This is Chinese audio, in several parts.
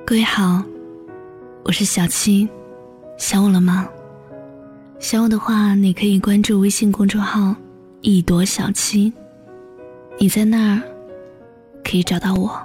各位好，我是小七，想我了吗？想我的话，你可以关注微信公众号一朵小七，你在那儿可以找到我。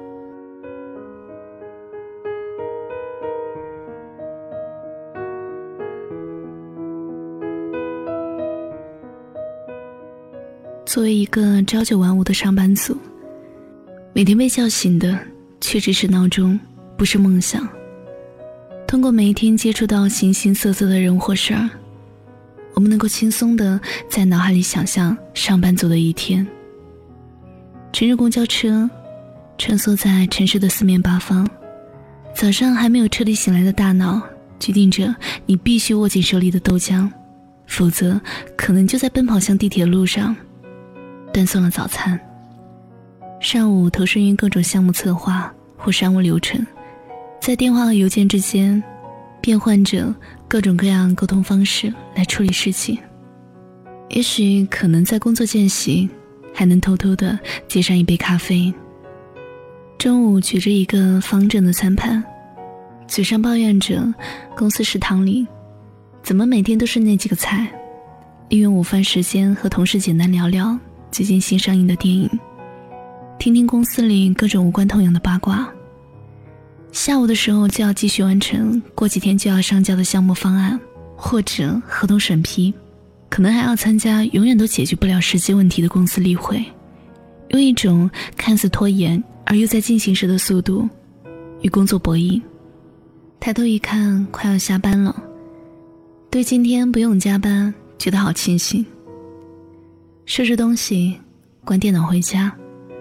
作为一个朝九晚五的上班族，每天被叫醒的却只是闹钟，不是梦想。通过每一天接触到形形色色的人或事儿，我们能够轻松地在脑海里想象上班族的一天。乘着公交车穿梭在城市的四面八方，早上还没有彻底醒来的大脑决定着你必须握紧手里的豆浆，否则可能就在奔跑向地铁的路上断送了早餐。上午投身于各种项目策划或商务流程，在电话和邮件之间变换着各种各样沟通方式来处理事情。也许可能在工作间隙还能偷偷地接上一杯咖啡。中午举着一个方正的餐盘，嘴上抱怨着公司食堂里怎么每天都是那几个菜，利用午饭时间和同事简单聊聊最近新上映的电影，听听公司里各种无关痛痒的八卦。下午的时候就要继续完成过几天就要上交的项目方案或者合同审批，可能还要参加永远都解决不了实际问题的公司例会，用一种看似拖延而又在进行时的速度与工作博弈。抬头一看，快要下班了，对今天不用加班觉得好庆幸。收拾东西，关电脑回家。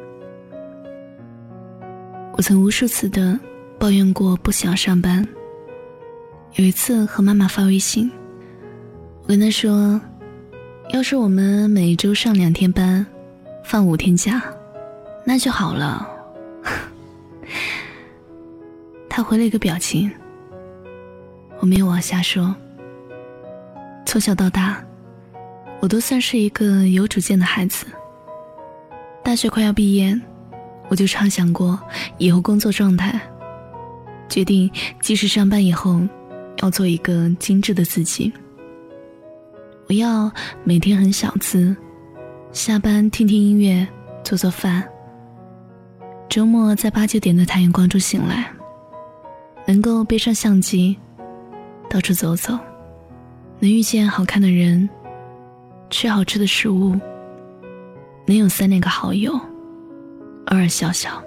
我曾无数次的抱怨过不想上班。有一次和妈妈发微信，我跟她说，要是我们每周上2天班，放5天假，那就好了。她回了一个表情，我没有往下说。从小到大，我都算是一个有主见的孩子。大学快要毕业，我就畅想过以后工作状态，决定即使上班以后要做一个精致的自己。我要每天很小资，下班听听音乐，做做饭，周末在8、9点的太阳光中醒来，能够背上相机到处走走，能遇见好看的人，吃好吃的食物，能有3、4个好友，偶尔笑笑。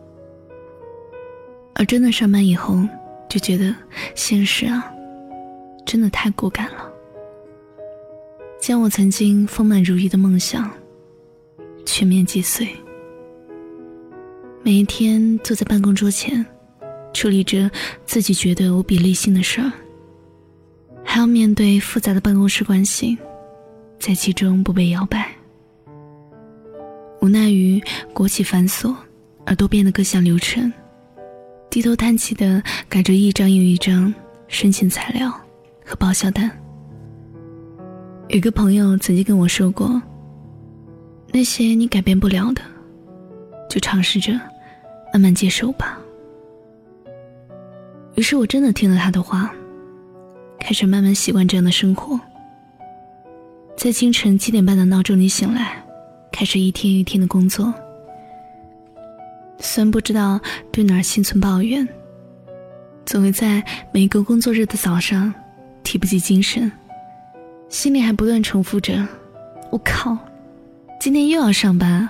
而真的上班以后，就觉得现实真的太骨感了，将我曾经丰满如意的梦想全面击碎。每一天坐在办公桌前，处理着自己觉得无比累心的事儿，还要面对复杂的办公室关系，在其中不被摇摆。无奈于国企繁琐而多变的各项流程，低头叹气地改着一张又一张申请材料和报销单。有个朋友曾经跟我说过，那些你改变不了的，就尝试着慢慢接受吧。于是我真的听了他的话，开始慢慢习惯这样的生活。在清晨7点半的闹钟里醒来，开始一天一天的工作。虽然不知道对哪儿心存抱怨，总会在每一个工作日的早上提不起精神，心里还不断重复着，我靠，今天又要上班。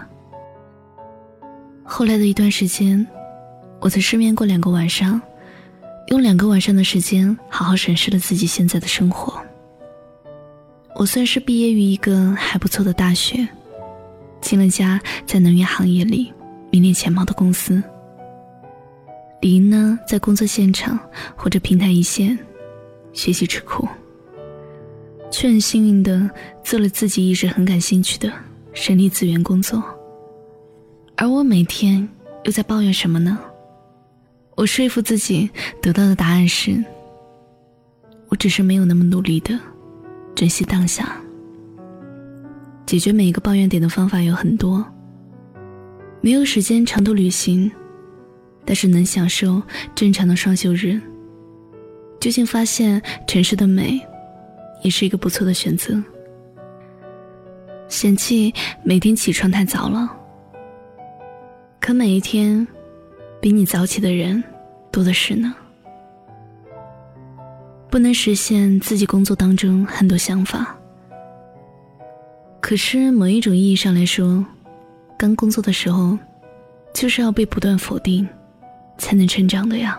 后来的一段时间，我曾失眠过2个晚上，用2个晚上的时间好好审视了自己现在的生活。我算是毕业于一个还不错的大学，进了家在能源行业里名列前茅的公司，理应呢在工作现场或者平台一线学习吃苦，却很幸运地做了自己一直很感兴趣的人力资源工作。而我每天又在抱怨什么呢？我说服自己得到的答案是，我只是没有那么努力的珍惜当下。解决每一个抱怨点的方法有很多，没有时间长途旅行， 但是能享受正常的双休日。究竟发现城市的美也是一个不错的选择。嫌弃每天起床太早了，可每一天比你早起的人多的是呢。不能实现自己工作当中很多想法，可是某一种意义上来说，刚工作的时候就是要被不断否定才能成长的呀。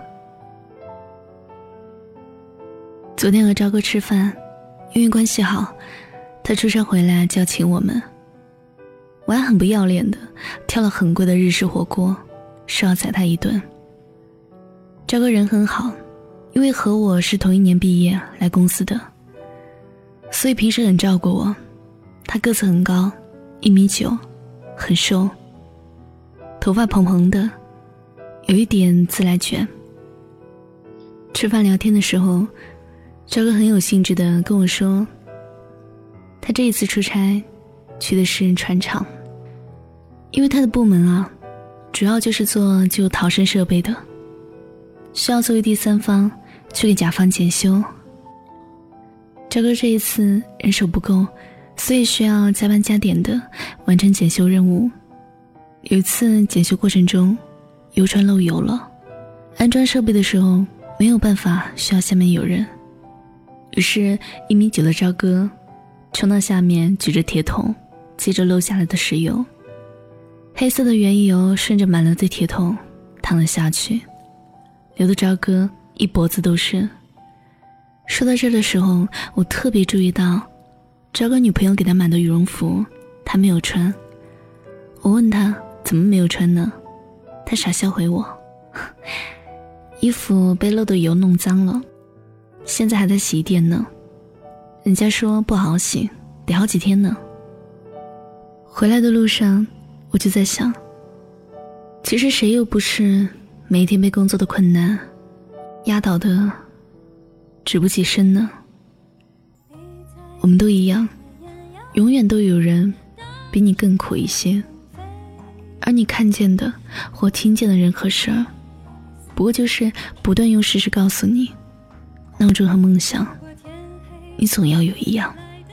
昨天和朝哥吃饭，因为关系好，他出差回来就要请我们，我还很不要脸的挑了很贵的日式火锅，说要宰他一顿。朝哥人很好，因为和我是同一年毕业来公司的，所以平时很照顾我。他个子很高，1.9米，很瘦，头发蓬蓬的，有一点自来卷。吃饭聊天的时候，朝哥很有兴致地跟我说，他这一次出差去的是船厂，因为他的部门啊，主要就是做救逃生设备的，需要作为第三方去给甲方检修。朝哥这一次人手不够，所以需要加班加点的完成检修任务。有一次检修过程中，油船漏油了，安装设备的时候没有办法，需要下面有人。于是1.9米的朝哥冲到下面，举着铁桶接着漏下来的石油，黑色的原油顺着满了的铁桶淌了下去，流的朝哥一脖子都是。说到这儿的时候，我特别注意到朝哥女朋友给他买的羽绒服他没有穿。我问他怎么没有穿呢，他傻笑回我，衣服被漏的油弄脏了，现在还在洗衣店呢，人家说不好洗，得好几天呢。回来的路上我就在想，其实谁又不是每一天被工作的困难压倒的直不起身呢？我们都一样，永远都有人比你更苦一些，而你看见的或听见的人和事儿，不过就是不断用事实告诉你，闹钟和梦想你总要有一样。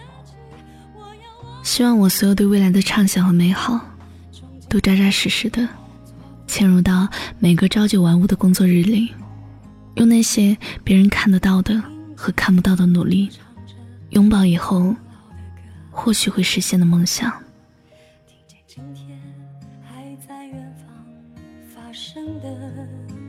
希望我所有对未来的畅想和美好都扎扎实实的嵌入到每个朝九晚五的工作日里，用那些别人看得到的和看不到的努力，拥抱以后或许会实现的梦想。 听见今天还在远方发生的